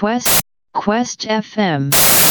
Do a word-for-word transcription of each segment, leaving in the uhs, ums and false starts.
Quest Quest エフエム。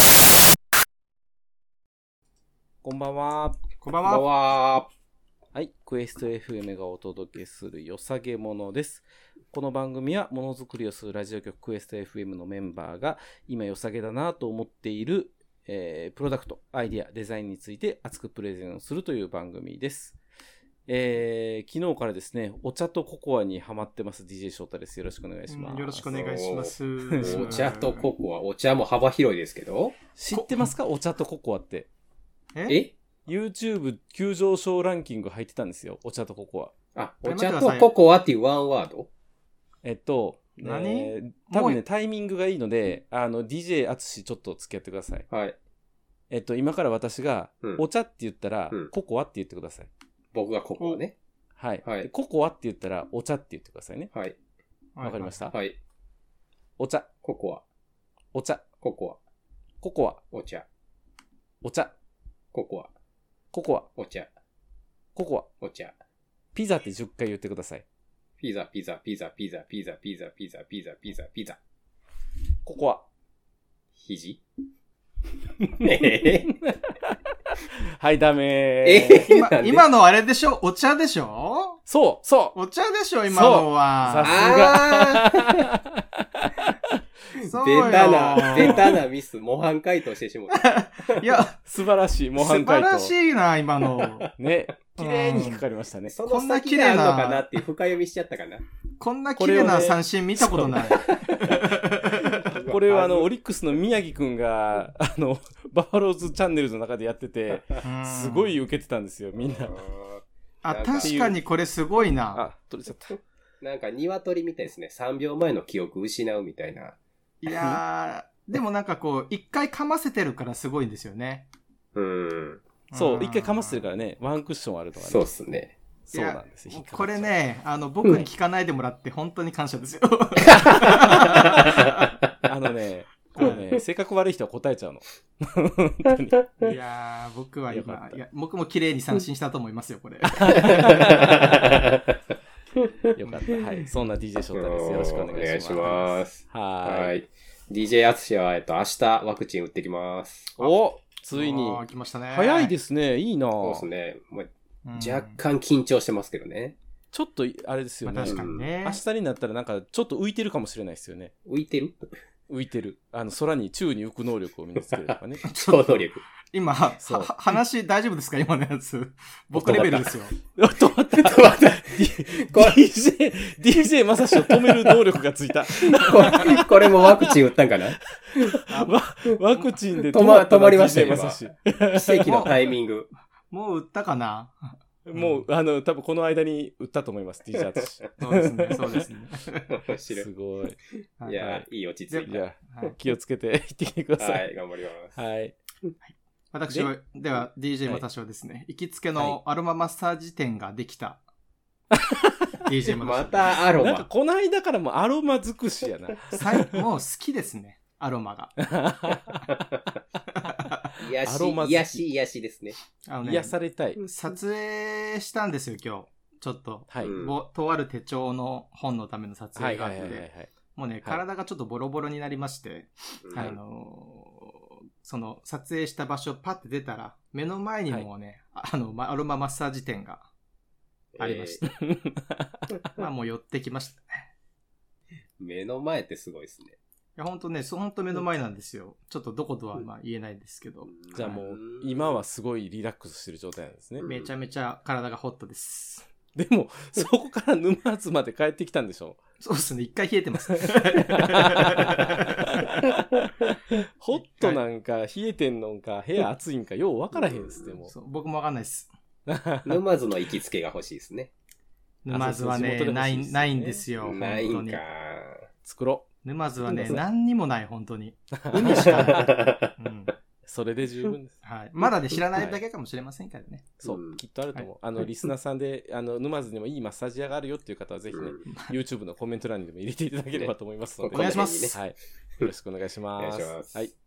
こんばんは。 こんばんは。 こんばんは。 はい、クエスト エフエム がお届けするよさげものです。この番組はものづくりをするラジオ局クエスト エフエム のメンバーが今よさげだなと思っている、えー、プロダクト、アイディア、デザインについて熱くプレゼンをするという番組です。えー、昨日からですね、お茶とココアにハマってます ディージェー 翔太です。よろしくお願いします。 よろしくお願いします。 お茶とココア、お茶も幅広いですけど。 知ってますか？お茶とココアって。 ええ YouTube 急上昇ランキング入ってたんですよ。お茶とココア。 あ、お茶とココアっていうワンワード？ えっと、 何、 えー、多分ね、タイミングがいいので、あの、ディージェー あつしちょっと付き合ってください。 はい。 えっと、今から私が、 うんお茶って言ったら、 うん、 ココアって言ってください。 僕がココアね。 はい。 はいでココアって言ったら、お茶って言ってくださいね。 はい。 わかりました？ はい。 お茶、 ココア、 お茶、 ココココア、 ア、お茶、 お茶、 ココア、 ココア、 お茶、 ココア、 お茶。 ピザってじゅっかい言ってください。 ピザ、ピザ、ピザ、ピザ、ピザ、ピザ、ピザ、ピザ、ピザ、ピザ。 ココア。 肘えはい、ダメー。 え今なんで今のあれでしょ？お茶でしょ？ そう、そう。 お茶でしょ今のは。 さあーそうよベタな、ベタなミス、模範解答してしまった。 いや、 素晴らしい、模素範解答。 晴らしいな、今の。 ね、綺麗に引っかかりましたね。 その先があるのかなっていう深読みしちゃったかな。 こんな綺麗な三振見たことない。 これはあの、オリックスの宮城くんが、あの、バファローズチャンネルの中でやってて、すごい受けてたんですよ、みんな。 あ、確かにこれすごいな。 あ、取れちゃった。 なんか鶏みたいですね。さんびょうまえの記憶失うみたいな。 いやー、でもなんかこう、一回噛ませてるからすごいんですよね。 うん。 そうう、 ん一回かませてるからね、ワンクッションあるとかね。 そうっすね。 そうなんですよ。 いやこれね、あの、僕に聞かないでもらって本当に感謝ですよ。 あのね、これね、性格悪い人は答えちゃうの。本当に。 いやー、僕は今、いや、僕も綺麗に三振したと思いますよ、これ。 よかった。はい。そんな ディージェー 翔太です。よろしくお願いします。 お願いします。 は。 はいい。ディージェー アツシは、えっと、明日ワクチン打ってきます。 おついに。 あー来ましたね。 早いですね。いいなそうですね。まあうん若干緊張してますけどね。 ちょっと、あれですよね。 まあ確かにね。 明日になったらなんか、ちょっと浮いてるかもしれないですよね。 浮いてる浮いてる。あの、空に、宙に浮く能力を身につけるとかね。 超能力。 今、はそうは話大丈夫ですか今のやつ。僕レベルですよ。 おっと待って。 ちょっと待ってディージェー、ディージェー まさしを止める能力がついた。 これこれもワクチン打ったんかなワワクチンで止ま止まりましたよディージェー まさし。 奇跡のタイミング。 もう打ったかな？ もう、あの、多分この間に打ったと思います、ディージェー アツシ。 そうですね、そうですね。 面白い。 すごい。 はいや、いい落ち着いた。 いや、 はい気をつけて行ってきてください。 はい、頑張ります。 はい。 私は、では、ディージェー 私はですね、行きつけのアロママッサージ店ができた。ディージェーま私。 たアロなんかマ。 この間からもアロマ尽くしやな。 さいもう好きですね、アロマが。 癒アロマ好きし、癒し、癒しですね。 あのね癒されたい。 撮影したんですよ、今日。ちょっと。 はい。 うんぼとある手帳の本のための撮はい影があってはいはいはいはい。 もうね、体がちょっとボロボロになりまして、 はいあのーその撮影した場所パッて出たら、目の前にもね、あの、まアロママッサージ店がありました。まあもう寄ってきましたね。 目の前ってすごいですね。 いや、ほんとね、そうほんと目の前なんですよ。ちょっとどことはまあ言えないんですけど、 じゃあもう、今はすごいリラックスしてる状態なんですね。 うんめちゃめちゃ体がホットです。 でも、そこから沼津まで帰ってきたんでしょ？ そうですね、一回冷えてます。 ホットなんか、冷えてんのんか、部屋暑いんか、よう分からへんです、でも。 そう僕もわかんないです。 沼津の行きつけが欲しいですね。 沼津はね、 あそうそう地元でない、 欲しいですねないんですよ。 ない本当にんか。 作ろ沼津はね、 沼津何にもない、本当に。海しかない。うんう。それで十分です。 はい。まだね、知らないだけかもしれませんからね。 そう、 うんきっとあると思う。あの、 はいリスナーさんで、あの、沼津にもいいマッサージ屋があるよっていう方は、ぜひね、 うん YouTube のコメント欄にでも入れていただければと思いますので。 お願いしますはい。よろしくお願いします。 お願いしますはい。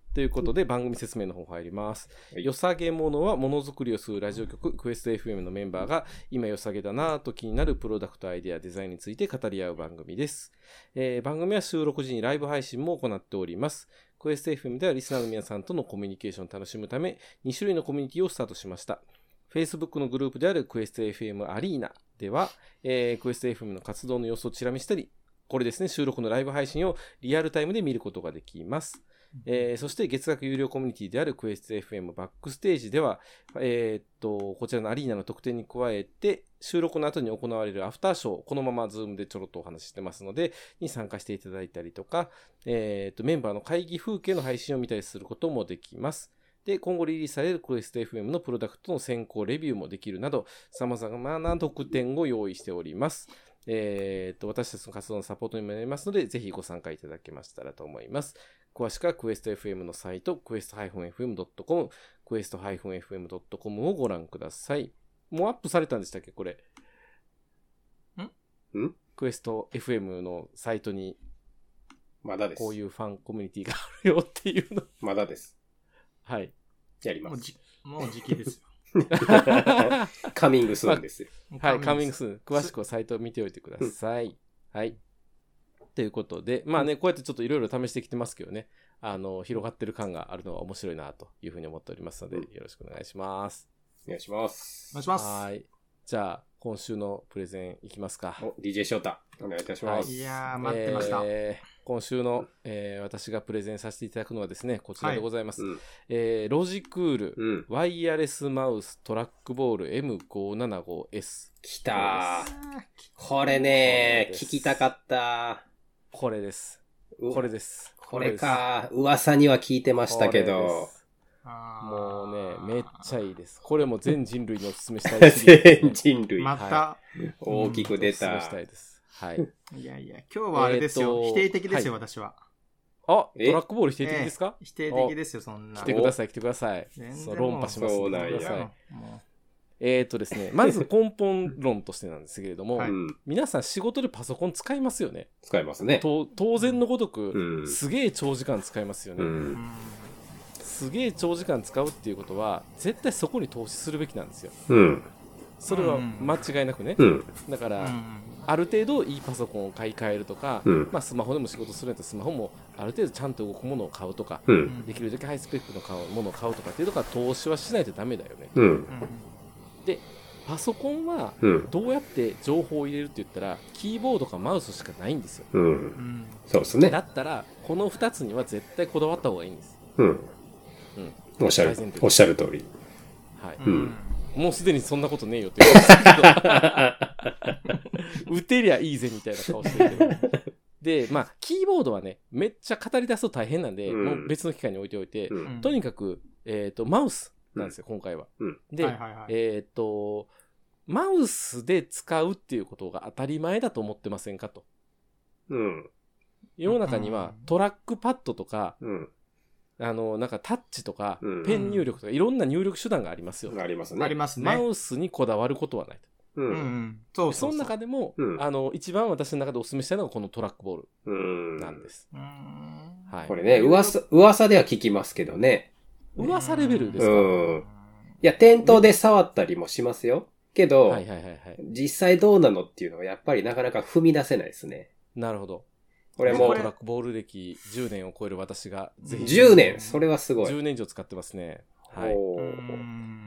ということで番組説明の方入ります。 はいよさげものはものづくりをするラジオ局クエスト エフエム のメンバーが今よさげだなぁと気になるプロダクトアイデアデザインについて語り合う番組です。えー、番組は収録時にライブ配信も行っております。クエスト エフエム ではリスナーの皆さんとのコミュニケーションを楽しむために種類のコミュニティをスタートしました。Facebook のグループであるクエスト エフエム アリーナでは、えー、クエスト エフエム の活動の様子をチラ見したり、これですね、収録のライブ配信をリアルタイムで見ることができます。えー、そして月額有料コミュニティであるクエスト エフエム バックステージでは、えー、っと、こちらのアリーナの特典に加えて、収録の後に行われるアフターショー、このままズームでちょろっとお話ししてますので、に参加していただいたりとか、えー、っと、メンバーの会議風景の配信を見たりすることもできます。で、今後リリースされるクエスト エフエム のプロダクトの先行レビューもできるなど、様々な特典を用意しております。えー、っと、私たちの活動のサポートにもなりますので、ぜひご参加いただけましたらと思います。詳しくはクエスト エフエム のサイト、クエスト エフエム ドットコム、クエスト エフエム ドットコム をご覧ください。もうアップされたんでしたっけ、これ。 んんクエスト エフエム のサイトに、 まだです。 こういうファンコミュニティがあるよっていうの。 まだです。 はい。 やります。 もうじ、もう時期ですよ。 カミングスーンですよ。 はい、カミングスーン。詳しくはサイトを見ておいてください。はい。ということで、まあね、こうやってちょっといろいろ試してきてますけどね、あの、広がってる感があるのは面白いなというふうに思っておりますので、よろしくお願いします。 お願いします。 お願いします。 はい。じゃあ、今週のプレゼンいきますか。 お、ディージェー 翔太、お願いいたします。 はい、いやー、待ってました。 えー、今週の、えー、私がプレゼンさせていただくのはですね、こちらでございます。 はい、うん、 えー、ロジクール、 うん、 ワイヤレスマウストラックボール エムごーななごエス。 きたー。これねー、聞きたかったー。 これです。これです。 これか。噂には聞いてましたけど。 もうね、めっちゃいいです。これも全人類にお勧めしたいシリーズですね。 全人類。 また、 はい、大きく出た。 お勧めしたいです。はい。 いやいや、今日はあれですよ。否定的ですよ、私は。 あ、トラックボール否定的ですか？ 否定的ですよ、そんな。 来てください、来てください。そう、論破します。 そうなんや。えーとですね、まず根本論としてなんですけれども、はい、皆さん仕事でパソコン使いますよね。 使いますね。 と当然のごとく、 うん、 すげえ長時間使いますよね、うん。すげえ長時間使うっていうことは、絶対そこに投資するべきなんですよ。 うん、 それは間違いなくね。 うん、 だから、うん、ある程度いいパソコンを買い替えるとか、うん、まあ、スマホでも仕事するんだったらスマホもある程度ちゃんと動くものを買うとか、うん、できるだけハイスペックの買うものを買うとかっていうとか投資はしないとダメだよね。 うん、 でパソコンはどうやって情報を入れるって言ったら、キーボードかマウスしかないんですよ。 うんうん、そうですね。 だったらこのふたつには絶対こだわった方がいいんです。 うん。うん、おっしゃるおっしゃる通り。 はい。 うん、 もうすでにそんなことねえよって言うんですけど、打てりゃいいぜみたいな顔してるけど。で、まあキーボードはね、めっちゃ語り出すと大変なんで、うん、もう別の機会に置いておいて、うん、とにかくえっとマウスなんですよ、今回は。うん、で、はいはいはい、えっとマウスで使うっていうことが当たり前だと思ってませんかと。 うん。 世の中にはトラックパッドとか、 うん、 あの、なんかタッチとか、うん、ペン入力とかいろんな入力手段がありますよ。 ありますね。 ありますね。 マウスにこだわることはないと。 うんうん、そうそうそう。 その中でも、うん、あの、一番私の中でお勧めしたいのがこのトラックボールなんです。 うんはい、 これね、噂、噂では聞きますけどね。 噂レベルですか？ うん。いや、店頭で触ったりもしますよ。けど、 はいはいはいはい、 実際どうなのっていうのはやっぱりなかなか踏み出せないですね。 なるほど。 これもトラックボール歴じゅうねんを超える私がぜひじゅうねん、それはすごい。 じゅうねん以上使ってますね。はい。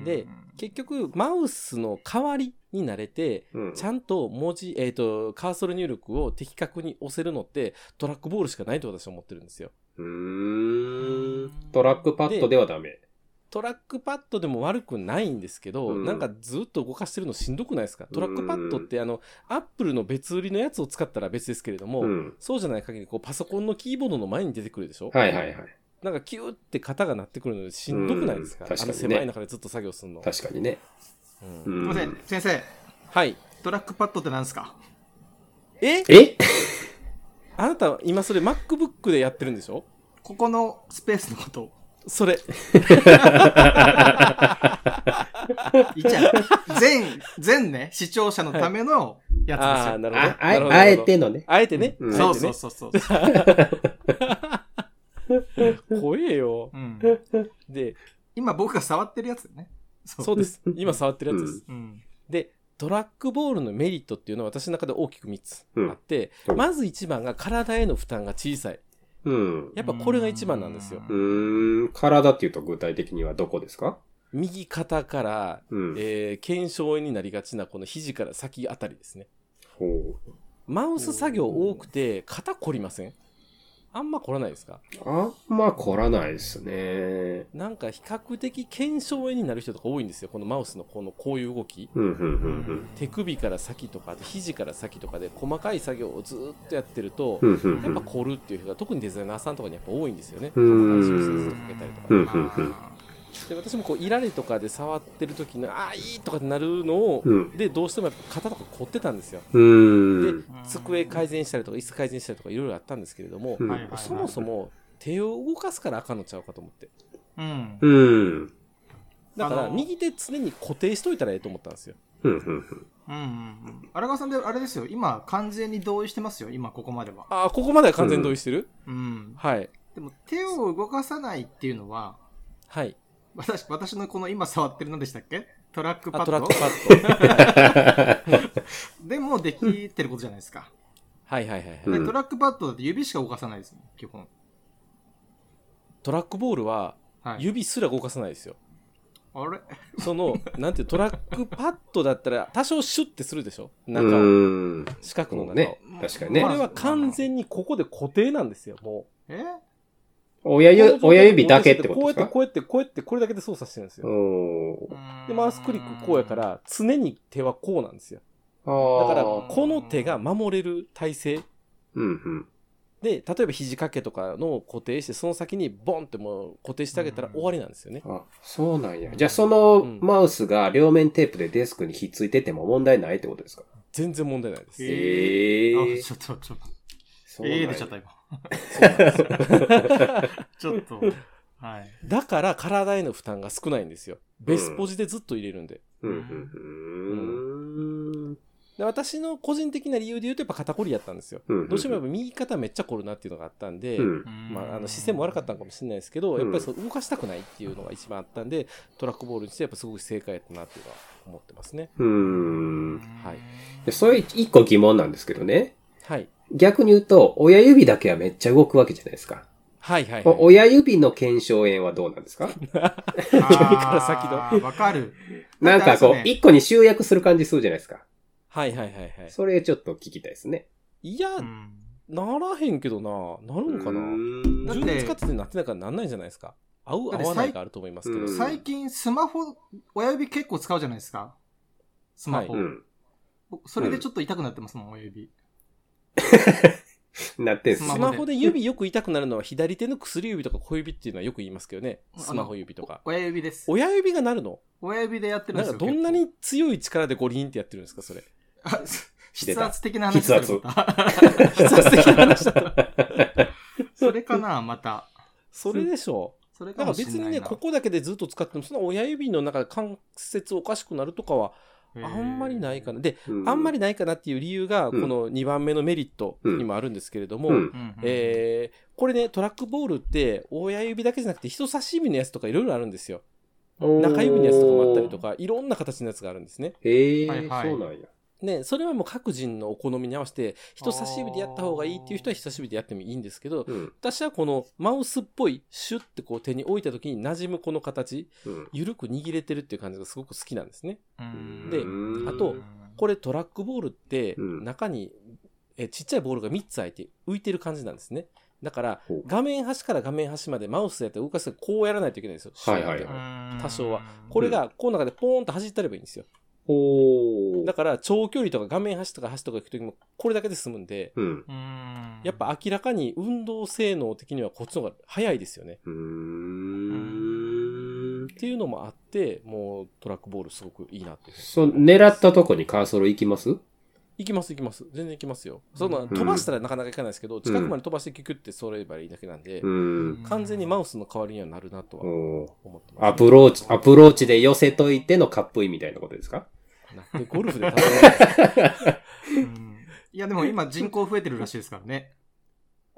で、結局マウスの代わりになれて、うん、ちゃんと文字、えっと、カーソル入力を的確に押せるのってトラックボールしかないと私は思ってるんですよ。 うーん。トラックパッドではダメ。 トラックパッドでも悪くないんですけど、うん、なんかずっと動かしてるのしんどくないですか？トラックパッドってあの、アップルの別売りのやつを使ったら別ですけれども、うん、そうじゃない限りこうパソコンのキーボードの前に出てくるでしょ？ はいはいはい。 なんかキューって肩が鳴ってくるのでしんどくないですか？ 確かにね、 あの狭い中でずっと作業するの。 確かにね。 うん、すいません、先生。 はい。 トラックパッドって何ですか？ ええあなた今それ MacBook でやってるんでしょ？ ここのスペースのことを。 それ。 いっちゃう。全、全ね、視聴者のためのやつですよ。はい、 ああ、なるほど。 あ、あえてのね。 あえてね。 うん、そうそうそうそう。 怖えよ。 うん。 で、 今僕が触ってるやつね。 そう、そうです。今触ってるやつです。 うん、 で、トラックボールのメリットっていうのは私の中で大きくみっつあって、うん、まずいちばんが体への負担が小さい。うん。やっぱこれが一番なんですよ。 うーん。体っていうと具体的にはどこですか？ 右肩から、うん、えー、腱鞘炎になりがちなこの肘から先あたりですね。ほう。マウス作業多くて肩凝りません？あんま凝らないですか？ あんま凝らないですね。 なんか比較的腱鞘炎になる人とか多いんですよ。このマウスのこのこういう動き。 うんうんうんうん、 手首から先とか、あと肘から先とかで細かい作業をずっとやってると、 うんうんうん、 やっぱ凝るっていう人が特にデザイナーさんとかにやっぱ多いんですよね。細かい修正をかけたりとか、ね。うんうんうん、で私もこうイラリとかで触ってる時のああいいとかってなるのを、うん、でどうしてもやっぱ肩とか凝ってたんですよ。で机改善したりとか椅子改善したりとかいろいろあったんですけれども、うん、そもそも手を動かすからあかんのちゃうかと思って、うんうん、だから右手常に固定しといたらええと思ったんですよ。 うんうんうん、荒川さんであれですよ、今完全に同意してますよ。今ここまでは。 ああ、ここまでは完全に同意してる、 うん、うん、 はい。 でも手を動かさないっていうのは、 はい、 私, 私のこの今触ってるのでしたっけ、トラックパッド。 トラックパッドでもできてることじゃないですか。 はいはいはい、はい、 でトラックパッドだって指しか動かさないですもん、基本。 トラックボールは指すら動かさないですよ。 あれそのなんていうトラックパッドだったら多少シュッてするでしょ、中を、四角の中を、 ね、確かにね。 これは完全にここで固定なんですよ。もうえ親指、親指だけってことですか？ こうやってこうやってこうやってこれだけで操作してるんですよ。でマウスクリックこうやから常に手はこうなんですよ。だからこの手が守れる体勢、 うんうん、 で例えば肘掛けとかの固定してその先にボンってもう固定してあげたら終わりなんですよね。 あ、そうなんや。じゃあそのマウスが両面テープでデスクにひっついてても問題ないってことですか？ 全然問題ないです。 えー、あ、ちょっとちょっとええー、出ちゃった今。ちょっと、はい。 だから体への負担が少ないんですよ。ベスポジでずっと入れるんで。うんうん、で私の個人的な理由で言うとやっぱ肩こりやったんですよ。どうしてもやっぱ右肩めっちゃ凝るなっていうのがあったんで、うん、まあ、あの姿勢も悪かったのかもしれないですけど、やっぱりそう動かしたくないっていうのが一番あったんで、トラックボールにしてやっぱすごく正解やったなっていうのは思ってますね。 うーん、はい。それ一個疑問なんですけどね。 はい。 逆に言うと、親指だけはめっちゃ動くわけじゃないですか。 はいはい、はい。 親指の腱鞘炎はどうなんですか？ 指から先の。 わかる。 なんかこう、一個に集約する感じするじゃないですか。 はいはいはいはい。 それちょっと聞きたいですね。 いや、うん、ならへんけどな。なるんかな。順に使っててなってないからなんないんじゃないですか。合う合わないがあると思いますけど。 最近スマホ、親指結構使うじゃないですか。スマホ。はい、それでちょっと痛くなってますもん、親指。 なってんす。 スマホで指よく痛くなるのは左手の薬指とか小指っていうのはよく言いますけどね。スマホ指とか。 親指です。 親指がなるの？ 親指でやってるんですよ。 なんかどんなに強い力でゴリンってやってるんですか、それ。 筆圧的な話だった。筆圧的な話だった。 それかな、また。 それでしょう。 それかもしれないな。 だから別にね、ここだけでずっと使っても、その親指の中で関節おかしくなるとかは、あんまりないかな。で、うん、あんまりないかなっていう理由が、このにばんめのメリットにもあるんですけれども、うん、えー、これね、トラックボールって、親指だけじゃなくて、人差し指のやつとかいろいろあるんですよ。中指のやつとかもあったりとか、いろんな形のやつがあるんですね。 へえ、はいはい、そうなんや。 ね、それはもう各人のお好みに合わせて、人差し指でやった方がいいっていう人は人差し指でやってもいいんですけど、うん、私はこのマウスっぽい、シュッてこう手に置いた時に馴染むこの形、うん、緩く握れてるっていう感じがすごく好きなんですね。で、あと、これトラックボールって中にえちっちゃいボールがみっつ開いて浮いてる感じなんですね。だから画面端から画面端までマウスやって動かすとこうやらないといけないんですよ。はいはいはい。多少は。これがこの中でポーンと弾いたればいいんですよ。おだから長距離とか画面端とか端とか行くときもこれだけで済むんで、うん、やっぱ明らかに運動性能的にはこっちの方が早いですよね。うーんっていうのもあってもうトラックボールすごくいいなって。 そう狙ったとこにカーソル行きます？ 行きます行きます全然行きますよ。その飛ばしたらなかなか行かないですけど、うん、近くまで飛ばしてキュキュってそればいいだけなんで、うん、完全にマウスの代わりにはなるなとは思ってます、ね、 アプローチアプローチで寄せといてのカップインみたいなことですか？ でゴルフで例えないですか、 うん、いやでも今人口増えてるらしいですからね。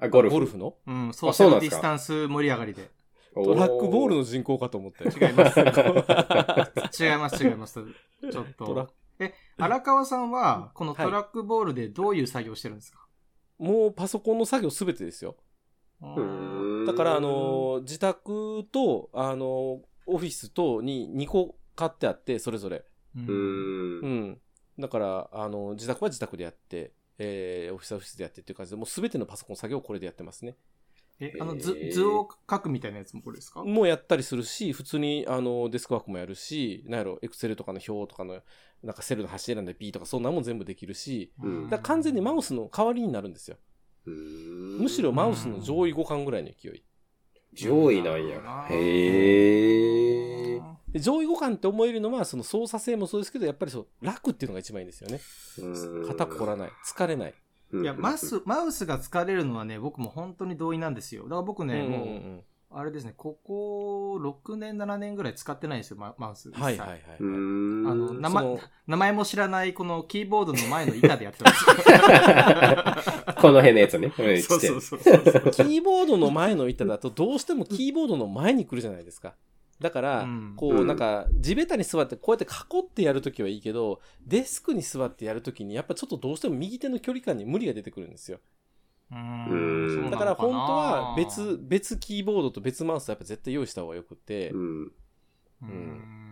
あ、ゴルフ。 ゴルフのうん、ソーシャルディスタンス盛り上がりで。 トラックボールの人口かと思ったよ。 違います。違います、違います。ちょっと。え、荒川さんは、このトラックボールでどういう作業してるんですか？ はい、もうパソコンの作業すべてですよ。だから、あの、自宅と、あの、オフィスとににこ買ってあって、それぞれ。 うーん。 うん。だから、あの、自宅は自宅でやって、えー、オフィスはオフィスでやってっていう感じで、もうすべてのパソコン作業をこれでやってますね。 え、あの図、図を書くみたいなやつもこれですか？ もうやったりするし、普通にあのデスクワークもやるし、なんやろ、エクセルとかの表とかの、なんかセルの端選んで P とかそんなもん全部できるし、 うん、 だから完全にマウスの代わりになるんですよ。 うーんむしろマウスの上位互換ぐらいの勢い。 上位なんや。へー。 で上位互換って思えるのは、その操作性もそうですけど、やっぱりそう楽っていうのが一番いいんですよね。肩こらない、疲れない。 いや、マウス、マウスが疲れるのはね、僕も本当に同意なんですよ。だから僕ね、うんうんうん、もう、あれですね、こころくねん、ななねんぐらい使ってないんですよ、マ, マウス。 はいはいはい。あの名前、名前も知らないこのキーボードの前の板でやってたんですよ。 この辺のやつね。 そうそうそうそう。 キーボードの前の板だとどうしてもキーボードの前に来るじゃないですか。だから、うん、こう、なんか、地べたに座って、こうやって囲ってやるときはいいけど、デスクに座ってやるときに、やっぱちょっとどうしても右手の距離感に無理が出てくるんですよ。 うーんだから本当は別、別キーボードと別マウスやっぱ絶対用意した方がよくて、うん。うん、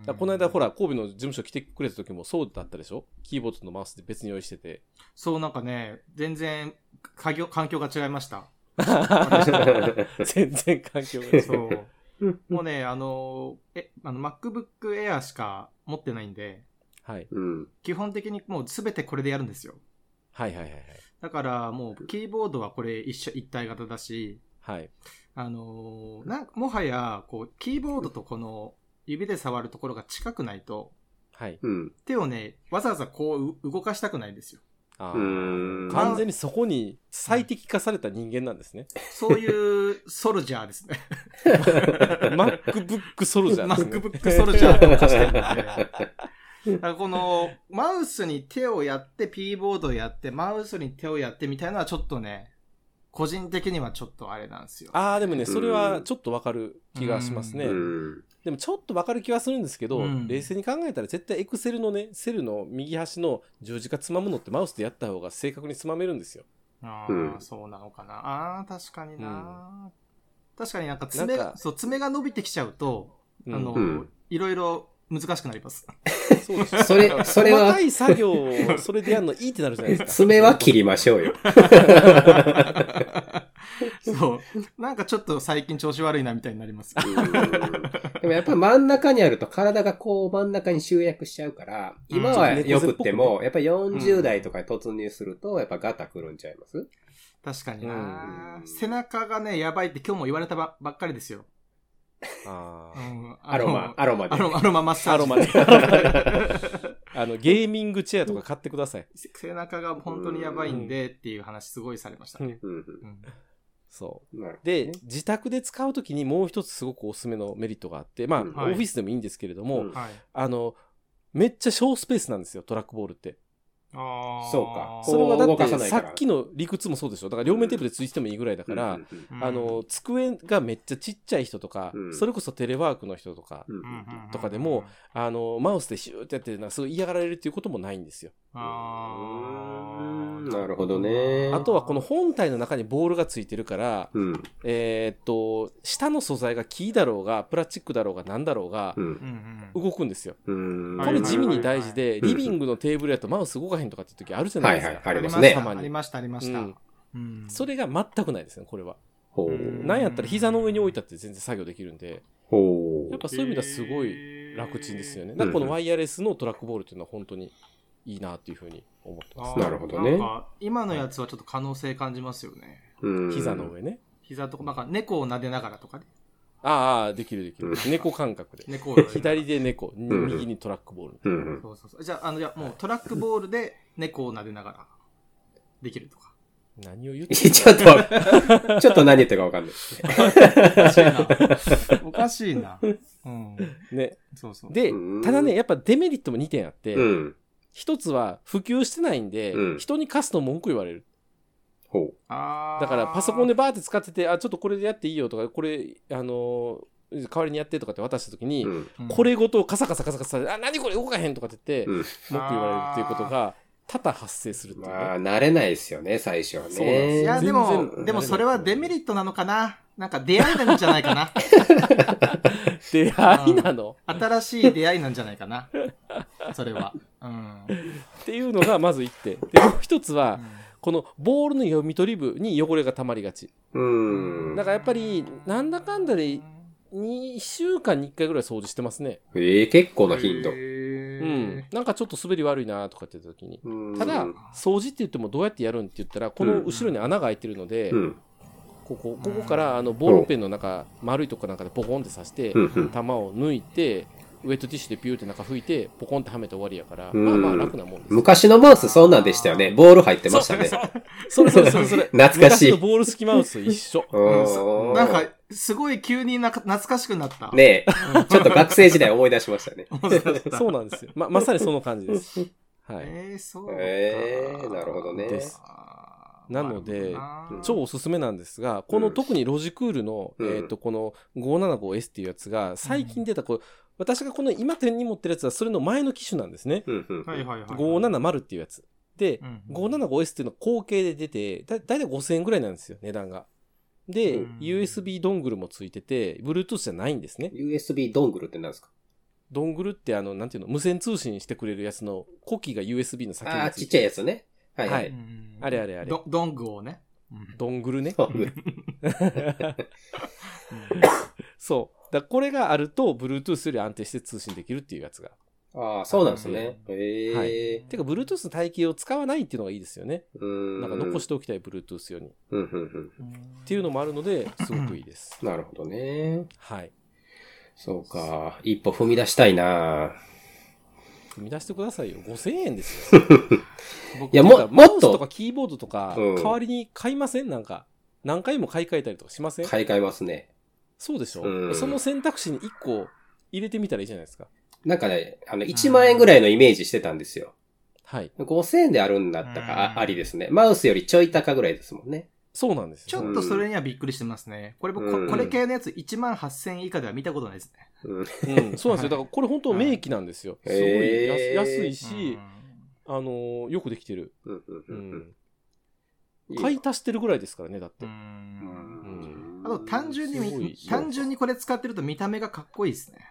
だこの間ほら、神戸の事務所来てくれた時もそうだったでしょ？キーボードとマウスで別に用意してて。 そう、なんかね、全然、環境、環境が違いました。 全然環境が違う。 そう。もうね、あの、え、あの、MacBook Air しか持ってないんで、 はい。 基本的にもうすべてこれでやるんですよ。 はいはいはいはい。 だからもう、キーボードはこれ一緒、一体型だし、 はい。 あの、なんもはや、こう、キーボードとこの指で触るところが近くないと、 はい。 手をね、わざわざこう、動かしたくないんですよ。 あ完全にそこに最適化された人間なんですね。 そういうソルジャーですね。 MacBook ソルジャーですね。 MacBook ソルジャーとかしてるんで。だからこのマウスに手をやって、キーボードをやって、マウスに手をやってみたいなのはちょっとね、個人的にはちょっとあれなんですよ。 ああ、でもね、それはちょっとわかる気がしますね。でもちょっとわかる気はするんですけど、うん、冷静に考えたら絶対エクセルのね、セルの右端の十字架つまむのってマウスでやった方が正確につまめるんですよ。 ああ、うん、そうなのかな。ああ、確かにな、うん。確かになんか爪が、そう、爪が伸びてきちゃうと、うん、あの、うん、いろいろ難しくなります。 そうです。 それ、それは。 細かい作業をそれでやるのいいってなるじゃないですか。 爪は切りましょうよ。 そう。なんかちょっと最近調子悪いなみたいになります。 でもやっぱり真ん中にあると体がこう真ん中に集約しちゃうから、今はよくっても、やっぱりよんじゅう代とかに突入すると、やっぱガタくるんちゃいます？ 確かにな、うん、背中がね、やばいって今日も言われた ば, ばっかりですよ。 あ、 うん、 アロマ、アロマで。 アロマ、アロママッサージ。 アロマで。あの、ゲーミングチェアとか買ってください。 背中が本当にやばいんでっていう話すごいされましたね。うんうん、 そう。で、自宅で使うときにもう一つすごくおすすめのメリットがあって、まあ、はい、オフィスでもいいんですけれども、はい、あの、めっちゃ小スペースなんですよ、トラックボールって。 あそうか。 それはだってさっきの理屈もそうでしょ。だから両面テープでついてもいいぐらいだから、うんうん、あの机がめっちゃちっちゃい人とか、うん、それこそテレワークの人とか、うん、とかでもあのマウスでシューってやってるのはすごい嫌がられるっていうこともないんですよ。 あなるほどね。 あとはこの本体の中にボールがついてるから、うん、えー、っと下の素材が木だろうがプラスチックだろうが何だろうが、うん、動くんですよ。これ地味に大事で、リビングのテーブルやとマウス動かへんとかって時あるじゃないですか。はいはい、 ありますね。 ありましたありました、うんうん。それが全くないですね、これは。ほう。なんやったら膝の上に置いたって全然作業できるんで。 ほう。 やっぱそういう意味ではすごい楽ちんですよね。だからこのワイヤレスのトラックボールっていうのは本当にいいなっていうふうに思ってます。 なるほどね。なんか今のやつはちょっと可能性感じますよね。 うん、膝の上ね。 膝とか、なんか猫を撫でながらとかね。 ああ、できるできる。猫感覚で。 猫左で猫、右にトラックボール。 うんうん、そうそうそう。じゃあ、あの、いや、もうトラックボールで猫を撫でながらできるとか。 何を言ってるちょっと、ちょっと何言ってるかわかんない。 おかしいな。おかしいな。うん。 ね。 そうそう。 で、ただね、やっぱデメリットもにてんあって、 うん、 一つは普及してないんで、うん、人に貸すと文句言われる。 ほう。 あだからパソコンで、 でバーって使ってて、あ、ちょっとこれでやっていいよとか、これ、あのー、代わりにやってとかって渡したときに、 うん。 これごとカサカサカサカサで、あ、何これ動かへんとかって言って、 うん。 文句言われるっていうことが多々発生するっていうね。 まあ、慣れないですよね、最初はね。 そうなんですよいや、で全も、 然でもそれはデメリットなのかな。なんか出会いなんじゃないかな。 出会いなの、 新しい出会いなんじゃないかな。それは。うん。 っていうのがまず一点。で、もう一つは、このボールの読み取り部に汚れが溜まりがち。 うん。 だからやっぱり、なんだかんだでにしゅうかんにいっかいぐらい掃除してますね。 ええ、結構な頻度。 うへん。なんかちょっと滑り悪いなとかって言った時に。 うんただ、掃除って言ってもどうやってやるんって言ったら、この後ろに穴が開いてるので、 うん。 ここ、ここからあのボールペンの中、丸いとこなんかでポコンって刺してうんうん、 玉を抜いて、ウェットティッシュでピューって中拭いて、ポコンってはめて終わりやから、 うんまあまあ楽なもんです。 昔のマウスそんなんでしたよね。ボール入ってましたね。 それそれそれそれ。 懐かしい昔のボールスキマウスと一緒。 うんなんか、すごい急になか懐かしくなった。 ねえ。ちょっと学生時代思い出しましたね。 そうなんですよ。ま、まさにその感じです。はい。 えー、そうか。 えーなるほどねですなのでるほどな超おすすめなんですが、この特にロジクールの、 うんえっと、この ごーななごエス っていうやつが、最近出た、こう、私がこの今手に持ってるやつは、それの前の機種なんですね。 うんうんはいはいはい。 ごーななまるっていうやつ。で、 うんごーななごエス っていうのは後継で出て、だ、だいたいごせんえんぐらいなんですよ、値段が。で、 うんユーエスビー ドングルもついてて、Bluetooth じゃないんですね。 ユーエスビー ドングルって何ですか？ ドングルってあの、なんていうの、無線通信してくれるやつの、コキが ユーエスビー の先にああ、 つちっちゃいてやつね。はいははいい。 あれあれあれドドングをね。うんドングルね。 ドングル。 そう。だからこれがあると、Bluetooth より安定して通信できるっていうやつが。 ああ、そうなんですね。へはえい。。てか、Bluetooth の体系を使わないっていうのがいいですよね。 うーん。 なんか残しておきたい Bluetooth より。っうんうんうん。 ていうのもあるので、すごくいいです。 なるほどね。 はい。 そうか。一歩踏み出したいな。 踏み出してくださいよ。ごせんえんですよ。僕いやもてかもっとマウスとかキーボードとか、 うん代わりに買いませんなんか。何回も買い替えたりとかしません買い替えますね。 そうでしょ、 うんその選択肢にいっこ入れてみたらいいじゃないですか。 なんかね、あの、いちまん円ぐらいのイメージしてたんですよ。 はい。 ごせんえんであるんだったか、 うんあありですね。マウスよりちょい高ぐらいですもんね。 そうなんですよ。 ちょっとそれにはびっくりしてますね。これ僕、 うんこれ系のやついちまんはっせんえん以下では見たことないですね。 うん。 うん、そうなんですよ。だからこれ本当名機なんですよ。すごい安,、 へー安いし、あのーよくできてる。 うんうんううんうんん。買い足してるぐらいですからね、だって。 うんうんあと単純にすごい、 単純にこれ使ってると見た目がかっこいいですね。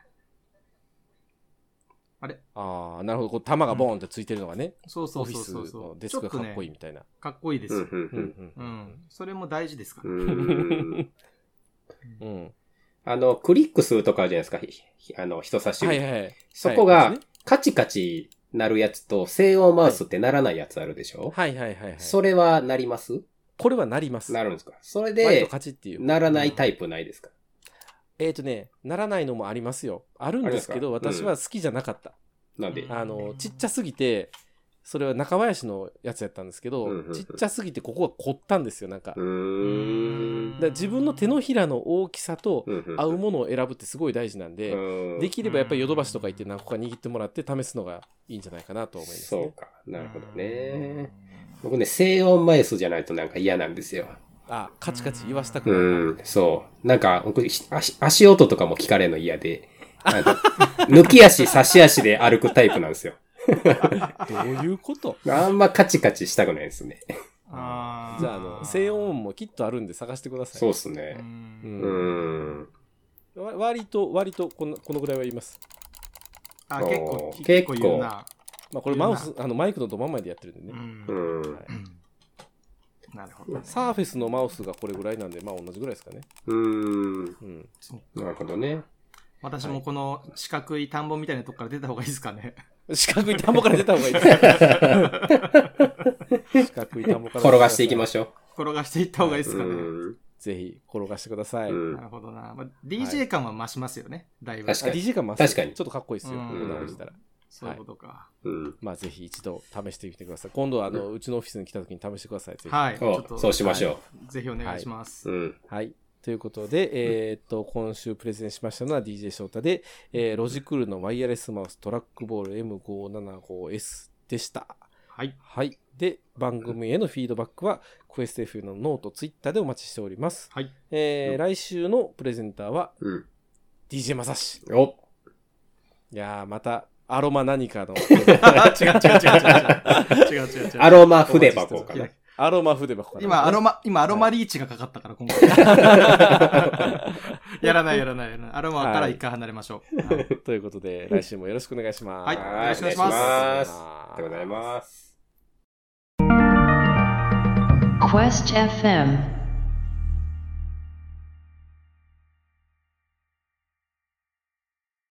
あれああ、なるほど。こう弾がボーンってついてるのがね、 そうそうそうオフィスそうそう。 のデスクがかっこいいい。 みたいな。 かっこいいですよ。 うんうんうんうんうん。それも大事ですから。 うんうんうん。 あの、クリックするとかあるじゃないですか。ひひあの、人差し指。 はいはいはい。 そこがはいですね、 カチカチなるやつと、静音マウスってならないやつあるでしょ、 はいはいはいはい。 それはなりますこれはなります。 なるんですか？それ割とで、 勝ちっていう。 ならないタイプないですか？ えっ、ー、とね、ならないのもありますよ。あるんですけど、 ありますか私は好きじゃなかった。 なんで？ あの、ちっちゃすぎて、それは中林のやつやったんですけど、 うんうんうんちっちゃすぎてここが凝ったんですよ、なんか。 うーん。 だから自分の手のひらの大きさとうんうん合うものを選ぶってすごい大事なんで、 うんできればやっぱりヨドバシとか行って何個か握ってもらって試すのがいいんじゃないかなと思いますね。 そうか。なるほどね。僕ね、静音マウスじゃないとなんか嫌なんですよ。 あ、カチカチ言わしたくうない。 ん、そう。なんか、僕、ひ足、足音とかも聞かれるの嫌で、あの抜き足、差し足で歩くタイプなんですよ。 どういうことあんまカチカチしたくないですね。 あーじゃあ、あの、静音もきっとあるんで探してください。 そうっすう。 ね。 うんうんん。 わ割と、割とこの、このぐらいは言います。 あ、結構お、ー結構言うな。 まあこれマウス、あのマイクのど真ん前でやってるんでね。 うんうん。 はいなるほど。 サーフェスのマウスがこれぐらいなんで、まあ同じぐらいですかね。 うん。 うん。 なるほどね。 私もこの四角い田んぼみたいなとこから出た方がいいですかね。 四角い田んぼから出た方がいいです。四角い田んぼから。 転がしていきましょ転がしていった方がいいですう。 かね。 うん。 ぜひ転がしてください。 うんなるほどな。まあ、ディージェー 感は増しますよね。だいぶ。 あ、 確かにディージェー 感増す確かにちょっとかっこいいですよ。 うんこんな感じたら。 そういうことか。 うん。 まあぜひ一度試してみてください。今度はあの、うちのオフィスに来た時に試してください。ぜひ。 はい。ちょっとおそうしましょぜひお願いします。 う。うん。 はい。ということで、えーっと、今週プレゼンしましたのは ディージェー 翔太で、えーロジクールのワイヤレスマウストラックボール エムごーななごエス でした。 はい。 はい。 で、番組へのフィードバックは、クエスト エフエム のノート、ツイッターでお待ちしております。 はい。 えーうん来週のプレゼンターは、 うん。 ディージェー まさし。 おいやー、また、アロマ何かの。 違う違う違う違う。違う違う違う。 アロマ筆箱かな。 アロマ筆箱かな。 今、アロマ、今、アロマリーチがかかったから、今回。やらないやらないやらない。アロマから一回離れましょう。はいということで、来週もよろしくお願いします。 はいはいよろしくお願いしますありがとうございます。 Quest エフエム